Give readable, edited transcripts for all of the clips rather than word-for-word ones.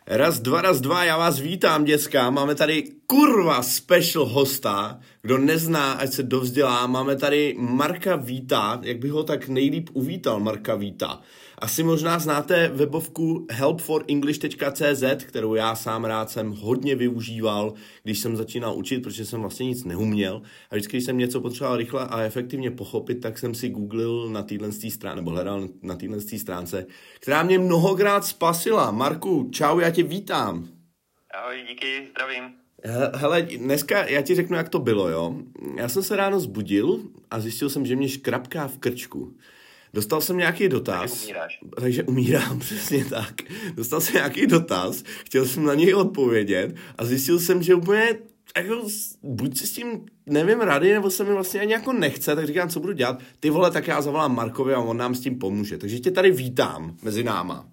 Raz, dva, já vás vítám, děcka. Máme tady kurva special hosta. Kdo nezná, ať se dovzdělá. Máme tady Marka Víta. Jak bych ho tak nejlíp uvítal, Marka Víta? Asi možná znáte webovku helpforenglish.cz, kterou já sám rád jsem hodně využíval, když jsem začínal učit, protože jsem vlastně nic neuměl. A vždycky, když jsem něco potřeboval rychle a efektivně pochopit, tak jsem si googlil na téhle stránce, nebo hledal na téhle stránce, která mě mnohokrát spasila. Marku, čau, já tě vítám. Ahoj, díky, zdravím. Hele, dneska já ti řeknu, jak to bylo, jo. Já jsem se ráno zbudil a zjistil jsem, že mě škrapká v krčku. Dostal jsem nějaký dotaz. Takže umírám, přesně tak. Dostal jsem nějaký dotaz, chtěl jsem na něj odpovědět a zjistil jsem, že úplně jako, buď si s tím nevím rady, nebo se mi vlastně ani jako nechce, tak říkám, co budu dělat. Ty vole, tak já zavolám Markovi a on nám s tím pomůže. Takže tě tady vítám mezi náma.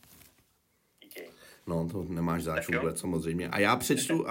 Díky. No, to nemáš zač vůbec, samozřejmě. A já přečtu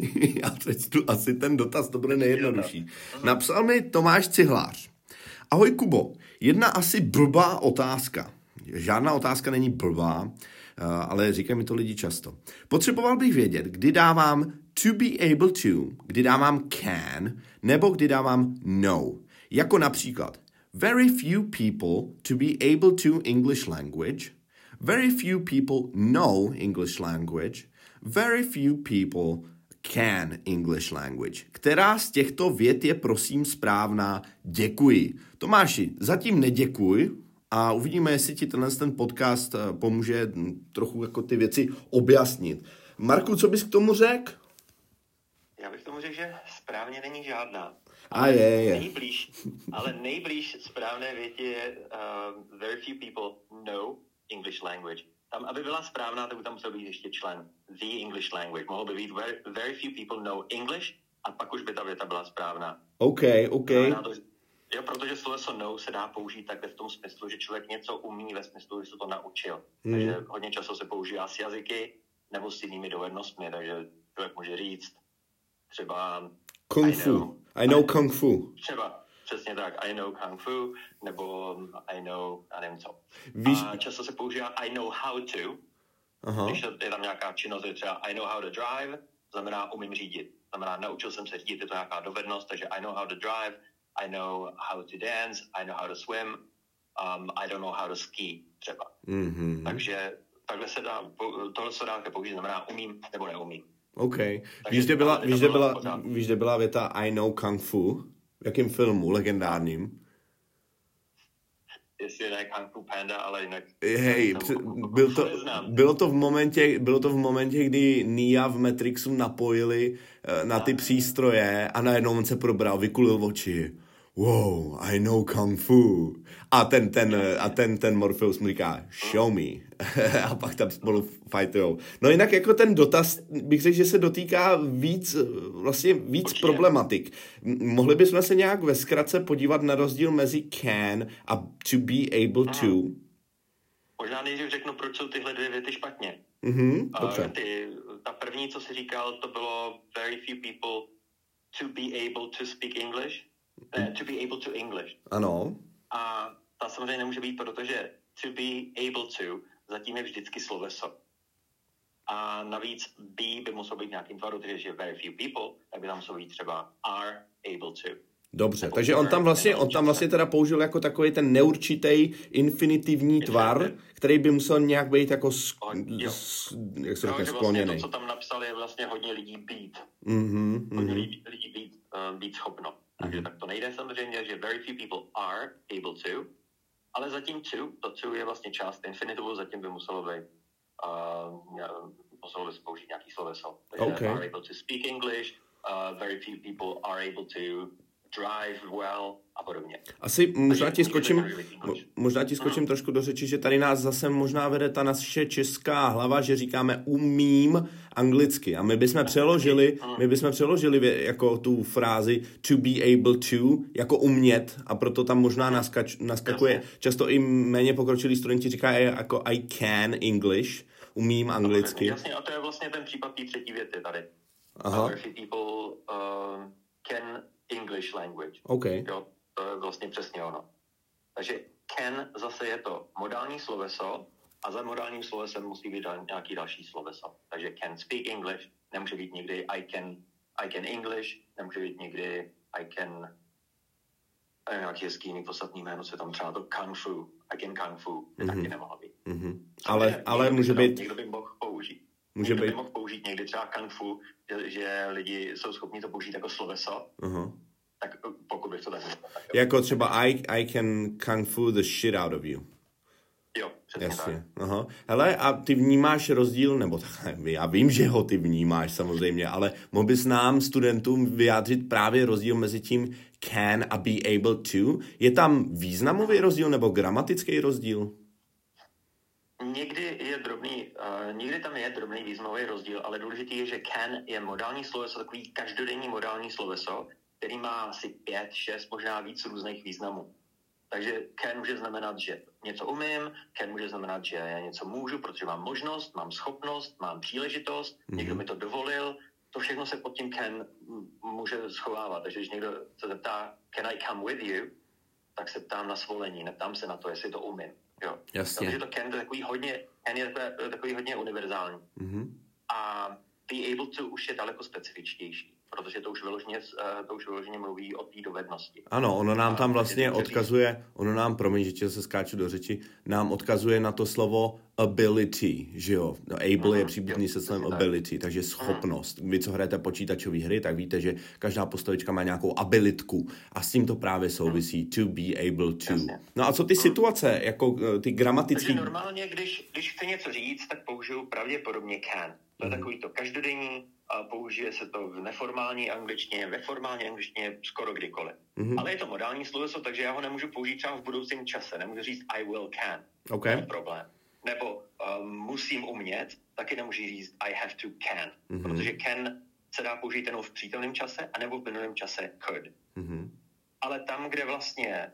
asi ten dotaz, to bude nejjednodušší. Napsal mi Tomáš Cihlář. Ahoj Kubo, jedna asi blbá otázka. Žádná otázka není blbá, ale říkají mi to lidi často. Potřeboval bych vědět, kdy dávám to be able to, kdy dávám can, nebo kdy dávám no. Jako například, very few people to be able to English language, very few people know English language, very few people can English language. Která z těchto vět je prosím správná? Děkuji. Tomáši, zatím neděkuj a uvidíme, jestli ti ten podcast pomůže trochu jako ty věci objasnit. Marku, co bys k tomu řekl? Já bych tomu řekl, že správně není žádná. Je. Nejblíž správné větě je very few people know English language. Tam, aby byla správná, tak by tam musel být ještě člen. The English language. Mohlo by být very few people know English a pak už by ta věta byla správná. OK. Jo, protože sloveso know se dá použít takhle v tom smyslu, že člověk něco umí ve smyslu, že se to naučil. Takže hodně často se používá s jazyky nebo s jinými dovednostmi, takže člověk může říct třeba Kung fu. I know kung fu. Třeba. Přesně tak, I know kung fu, nebo I know, já nevím co. A často se používá I know how to, když je tam nějaká činnost, je třeba I know how to drive, znamená umím řídit. Znamená naučil jsem se řídit, je to nějaká dovednost, takže I know how to drive, I know how to dance, I know how to swim, I don't know how to ski třeba. Takže takhle se dá, tohle se dá použít, znamená umím nebo neumím. OK. Víš, kde byla věta I know kung fu? V jakém filmu legendárním? Jestli ne Kung Fu Panda, ale jinak... Hej, bylo to v momentě, kdy Nia v Matrixu napojili na ty přístroje a najednou on se probral, vykulil oči. Wow, I know Kung Fu. A ten Morpheus mu říká, show me. A pak tam spolu fightujou. No jinak jako ten dotaz, bych řekl, že se dotýká víc problematik. Mohli bychom se nějak ve zkratce podívat na rozdíl mezi can a to be able to? Možná nejdřív řeknu, proč jsou tyhle dvě věty špatně. Dobře. Ta první, co jsi říkal, to bylo very few people to be able to speak English. To be able to English. Ano. A ta samozřejmě nemůže být, protože to be able to zatím je vždycky sloveso. A navíc be by muselo být nějakým tvaru, takže je very few people, tak by tam muselo být třeba are able to. Dobře, takže on tam vlastně teda použil jako takový ten neurčitý infinitivní tvar, který by musel nějak být jako jak se řekne, skloněný. Vlastně to, co tam napsal, je vlastně hodně lidí být. Hodně lidí být schopno. Takže tak to nejde samozřejmě, že very few people are able to, ale zatím to je vlastně část infinitivu, zatím by muselo být použít nějaký sloveso. Takže are able to speak English, very few people are able to drive well a podobně. Asi možná ti skočím trošku do řeči, že tady nás zase možná vede ta naše česká hlava, že říkáme umím anglicky a my bychom přeložili jako tu frázi to be able to jako umět a proto tam možná naskakuje. Často i méně pokročilí studenti říkají jako I can English, umím anglicky. Jasně, a to je vlastně ten případ té třetí věty tady. Very few people can English language. Okay. Jo, to je vlastně přesně ono. Takže can zase je to modální sloveso A za modálním slovesem musí být nějaký další sloveso. Takže can speak English, nemůže být někdy I can English, nemůže být někdy I can, nějaký hezký jiný podstatný jméno, co je tam třeba to kung fu, I can kung fu, by taky nemohlo být. Ale může být... Někdo by mohl použít. By mohl použít někdy třeba kung fu, že lidi jsou schopni to použít jako sloveso, tak pokud bych to tak řekl. Jako třeba I can kung fu the shit out of you. Jo, přesně tak. Aha. Hele, a ty vnímáš rozdíl, nebo já vím, že ho ty vnímáš samozřejmě, ale mohl bys nám, studentům, vyjádřit právě rozdíl mezi tím can a be able to? Je tam významový rozdíl nebo gramatický rozdíl? Někdy tam je drobný významový rozdíl, ale důležitý je, že can je modální sloveso, takový každodenní modální sloveso, který má asi 5, 6, možná víc různých významů. Takže can může znamenat, že něco umím, can může znamenat, že něco můžu, protože mám možnost, mám schopnost, mám příležitost, někdo mi to dovolil. To všechno se pod tím can může schovávat. Takže když někdo se zeptá, can I come with you, tak se ptám na svolení, neptám se na to, jestli to umím. Jo. Jasně. Takže to can je takový hodně univerzální. A be able to už je daleko specifičtější, protože to už vyloženě mluví o té dovednosti. Ano, ono nám tam vlastně odkazuje, promiň, že tě se skáču do řeči, nám odkazuje na to slovo ability, že jo? No, able je příbuzný se slovem ability, takže schopnost. Vy, co hrajete počítačové hry, tak víte, že každá postavička má nějakou abilitku a s tím to právě souvisí, to be able to. Jasně. No a co ty situace, jako ty gramatické... Takže normálně, když chci něco říct, tak použiju pravděpodobně can. To je takový to každodenní, a použije se to v neformální angličtině, ve formální angličtině skoro kdykoliv. Ale je to modální sloveso, takže já ho nemůžu použít třeba v budoucím čase. Nemůžu říct I will can. Okay. To je problém. Nebo musím umět, taky nemůžu říct I have to can. Protože can se dá použít jenom v přítomném čase, anebo v minulém čase could. Ale tam, kde vlastně...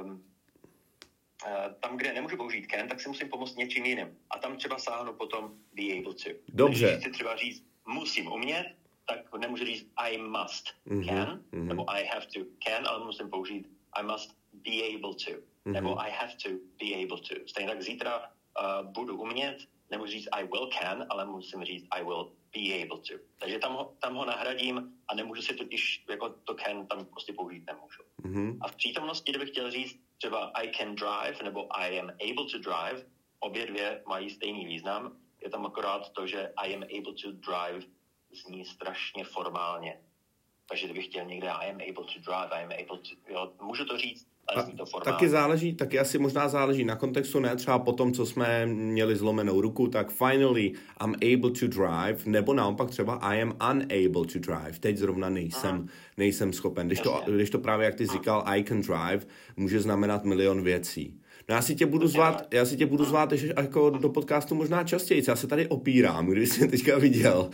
tam, kde nemůžu použít can, tak si musím pomoct něčím jiným. A tam třeba sáhnu potom be able to. Dobře. Když chci třeba říct musím umět, tak nemůžu říct I must can, nebo I have to can, ale musím použít I must be able to, nebo I have to be able to. Stejně tak zítra budu umět, nemůžu říct I will can, ale musím říct I will be able to. Takže tam ho nahradím a nemůžu si totiž, jako to can tam prostě použít nemůžu. A v přítomnosti, kdybych chtěl říct třeba I can drive, nebo I am able to drive, obě dvě mají stejný význam. Je tam akorát to, že I am able to drive zní strašně formálně. Takže kdybych chtěl někde I am able to drive, I am able to, jo, můžu to říct, ale zní to formálně. Taky asi možná záleží na kontextu, ne třeba po tom, co jsme měli zlomenou ruku, tak finally I'm able to drive, nebo naopak třeba I am unable to drive. Teď zrovna nejsem schopen. Když to právě, jak ty říkal, I can drive, může znamenat milion věcí. No já si tě budu zvát jako do podcastu možná častěji. Já se tady opírám, když jsi teďka viděl.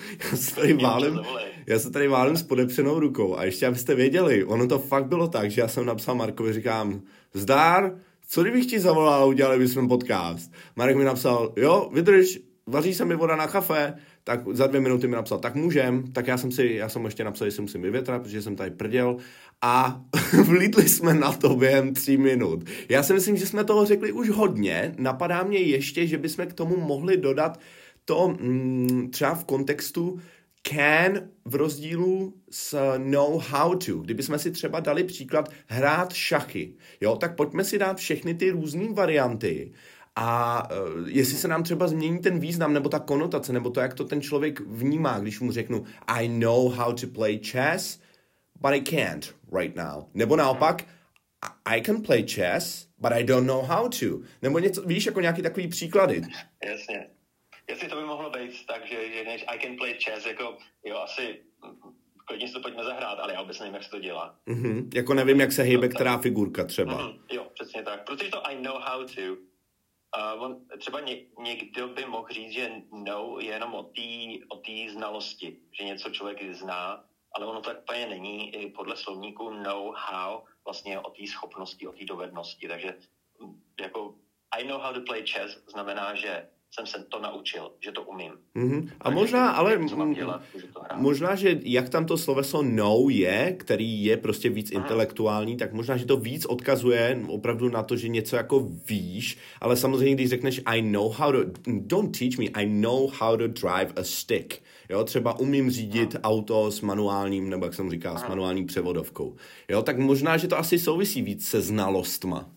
Já se tady válím s podepřenou rukou. A ještě abyste věděli, ono to fakt bylo tak, že já jsem napsal Markovi, říkám, zdar, co kdybych ti zavolal a udělali bychom podcast? Marek mi napsal, jo, vydrž, vaří se mi voda na kafe, tak za 2 minuty mi napsal, tak můžem, tak já jsem ještě napsal, že si musím vyvětrat, protože jsem tady prděl a vlítli jsme na to během 3 minut. Já si myslím, že jsme toho řekli už hodně, napadá mě ještě, že bychom k tomu mohli dodat to třeba v kontextu can v rozdílu s know how to. Kdybychom si třeba dali příklad hrát šachy, jo, tak pojďme si dát všechny ty různé varianty a jestli se nám třeba změní ten význam, nebo ta konotace, nebo to, jak to ten člověk vnímá, když mu řeknu I know how to play chess, but I can't right now. Nebo naopak, I can play chess, but I don't know how to. Nebo něco, víš, jako nějaký takový příklady. Jasně. Jestli to by mohlo být tak, že než I can play chess, jako jo, asi klidně si to pojďme zahrát, ale já vůbec nevím, jak se to dělá. Jako nevím, jak se hejbe která figurka třeba. Jo, přesně tak. Protože to I know how to, třeba někdo by mohl říct, že know je jenom o té znalosti, že něco člověk zná, ale ono to tak úplně není. I podle slovníku know how vlastně o té schopnosti, o té dovednosti. Takže jako I know how to play chess znamená, že jsem se to naučil, že to umím. A možná, ale možná, že jak tam to sloveso know je, který je prostě víc intelektuální, tak možná, že to víc odkazuje opravdu na to, že něco jako víš, ale samozřejmě, když řekneš I know how to, don't teach me, I know how to drive a stick. Jo, třeba umím řídit auto s manuálním, nebo jak jsem říkal, s manuální převodovkou. Jo, tak možná, že to asi souvisí víc se znalostma.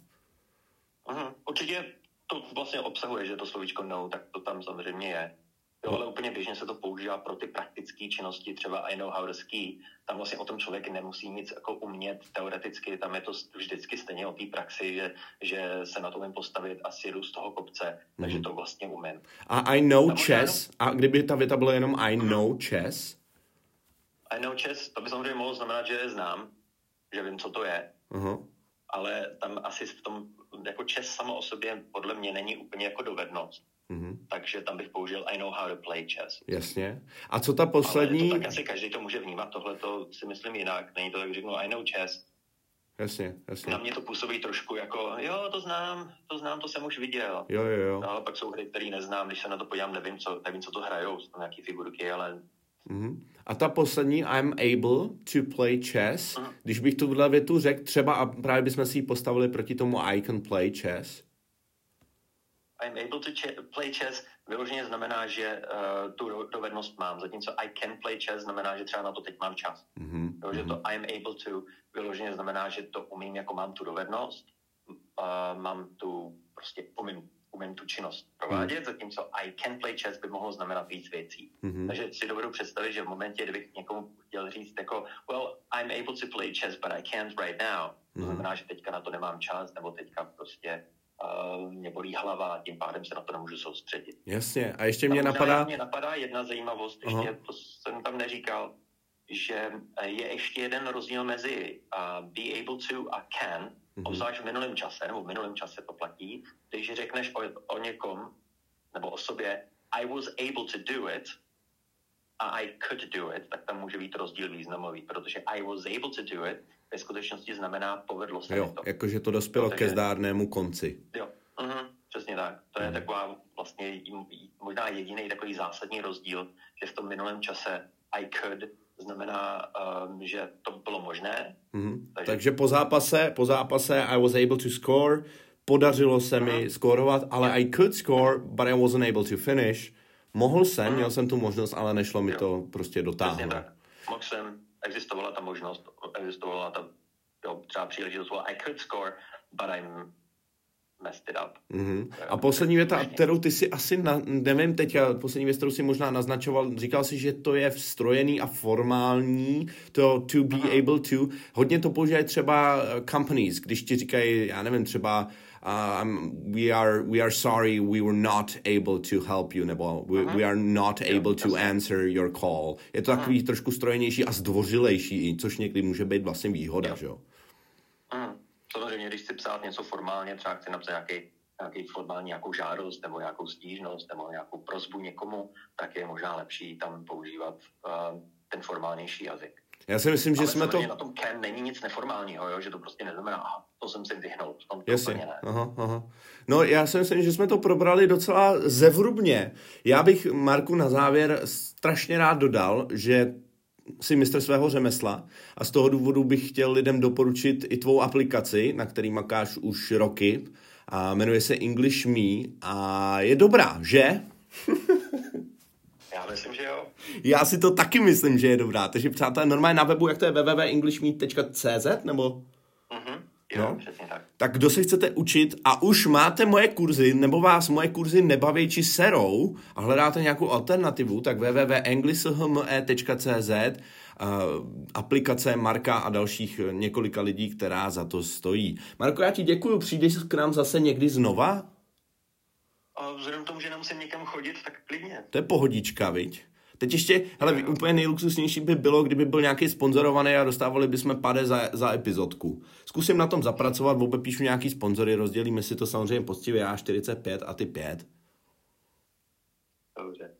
Určitě to vlastně obsahuje, že to slovíčko know, tak to tam samozřejmě je. Jo, ale úplně běžně se to používá pro ty praktické činnosti, třeba I know how to ski. Tam vlastně o tom člověk nemusí nic jako umět teoreticky, tam je to vždycky stejně o té praxi, že se na to umím postavit a sjedu z toho kopce, takže to vlastně umím. A I know chess, a kdyby ta věta byla jenom I know chess? I know chess, to by samozřejmě mohlo znamenat, že znám, že vím, co to je, ale tam asi v tom, jako chess samo o sobě podle mě není úplně jako dovednost. Takže tam bych použil I know how to play chess. Jasně. A co ta poslední? Ale tak asi každý to může vnímat, tohle to si myslím jinak. Není to tak, řeknu I know chess. Jasně. Na mě to působí trošku jako, jo, to znám, to jsem už viděl. Jo. No, ale pak jsou hry, které neznám, když se na to podívám, nevím, co to hrajou, jsou nějaký figurky, ale... A ta poslední, I'm able to play chess, když bych tuhle větu řekl třeba a právě bychom si ji postavili proti tomu I can play chess. I'm able to play chess vyloženě znamená, že tu dovednost mám, zatímco I can play chess znamená, že třeba na to teď mám čas. Že to I'm able to vyloženě znamená, že to umím, jako mám tu dovednost, mám tu, prostě umím tu činnost provádět, zatímco I can play chess by mohlo znamenat víc věcí. Takže si dovedu představit, že v momentě, kdybych někomu chtěl říct jako, well, I'm able to play chess, but I can't right now. To znamená, že teďka na to nemám čas, nebo teďka prostě mě bolí hlava a tím pádem se na to nemůžu soustředit. Jasně. A ještě mě napadá jedna zajímavost, ještě to jsem tam neříkal, že je ještě jeden rozdíl mezi be able to a can, obzvlášť v minulém čase, nebo v minulém čase to platí, když řekneš o někom, nebo o sobě I was able to do it a I could do it, tak tam může být rozdíl významový, protože I was able to do it ve skutečnosti znamená povedlo se mi to. Jakože to dospělo ke zdárnému konci. Jo, přesně tak. To je taková vlastně možná jediný takový zásadní rozdíl, že v tom minulém čase I could znamená, že to bylo možné. Takže po zápase I was able to score, podařilo se mi skórovat, ale I could score, but I wasn't able to finish. Mohl jsem, měl jsem tu možnost, ale nešlo mi to prostě dotáhnout. Mohl jsem, existovala ta možnost, existovala ta třeba příležitost, I could score, but I'm messed it up. A poslední věta, kterou ty si asi, nevím teď, poslední věc, kterou si možná naznačoval, říkal si, že to je vstrojený a formální, to be able to. Hodně to používají třeba companies, když ti říkají, já nevím, třeba we are sorry, we were not able to help you, nebo we are not able to answer your call. Je to takový trošku strojenější a zdvořilejší, což někdy může být vlastně výhoda, že jo? Samozřejmě, když chci psát něco formálně, třeba chci napsat nějaký formální nějakou žádost, nebo nějakou stížnost, nebo nějakou prosbu někomu, tak je možná lepší tam používat ten formálnější jazyk. Já si myslím, že jsme to... na tom can není nic neformálního, jo? Že to prostě neznamená, to jsem si vyhnul. Jasně, aha. No já si myslím, že jsme to probrali docela zevrubně. Já bych, Marku, na závěr strašně rád dodal, že jsi mistr svého řemesla a z toho důvodu bych chtěl lidem doporučit i tvou aplikaci, na který makáš už roky a jmenuje se English Me a je dobrá, že? Já myslím, že jo. Já si to taky myslím, že je dobrá. Takže přátelé, normálně na webu, jak to je www.englishme.cz nebo? Jo, přesně tak. Tak kdo se chcete učit a už máte moje kurzy, nebo vás moje kurzy nebaví či serou a hledáte nějakou alternativu, tak www.englishme.cz aplikace Marka a dalších několika lidí, která za to stojí. Marko, já ti děkuju, přijdeš k nám zase někdy znova? A vzhledem k tomu, že nemusím někam chodit, tak klidně. To je pohodička, viď? Teď ještě, hele, úplně nejluxusnější by bylo, kdyby byl nějaký sponzorovaný a dostávali bychom pade za epizodku. Zkusím na tom zapracovat, píšu nějaký sponzory, rozdělíme si to samozřejmě poctivě, já 45 a ty 5. Dobře.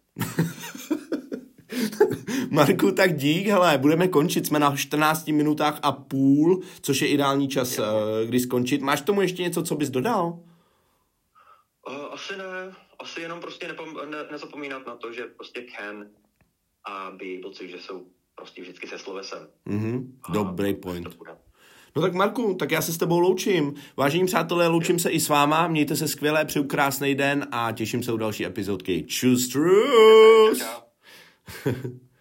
Marku, tak dík, hele, budeme končit, jsme na 14 minutách a půl, což je ideální čas, kdy skončit. Máš tomu ještě něco, co bys dodal? asi jenom prostě nezapomínat na to, že prostě can a be able to, že jsou prostě vždycky se slovesem. Dobrý point. No tak Marku, tak já se s tebou loučím. Vážení přátelé, loučím se i s váma. Mějte se skvěle, přeju krásný den a těším se u další epizodky. Čus. Čau.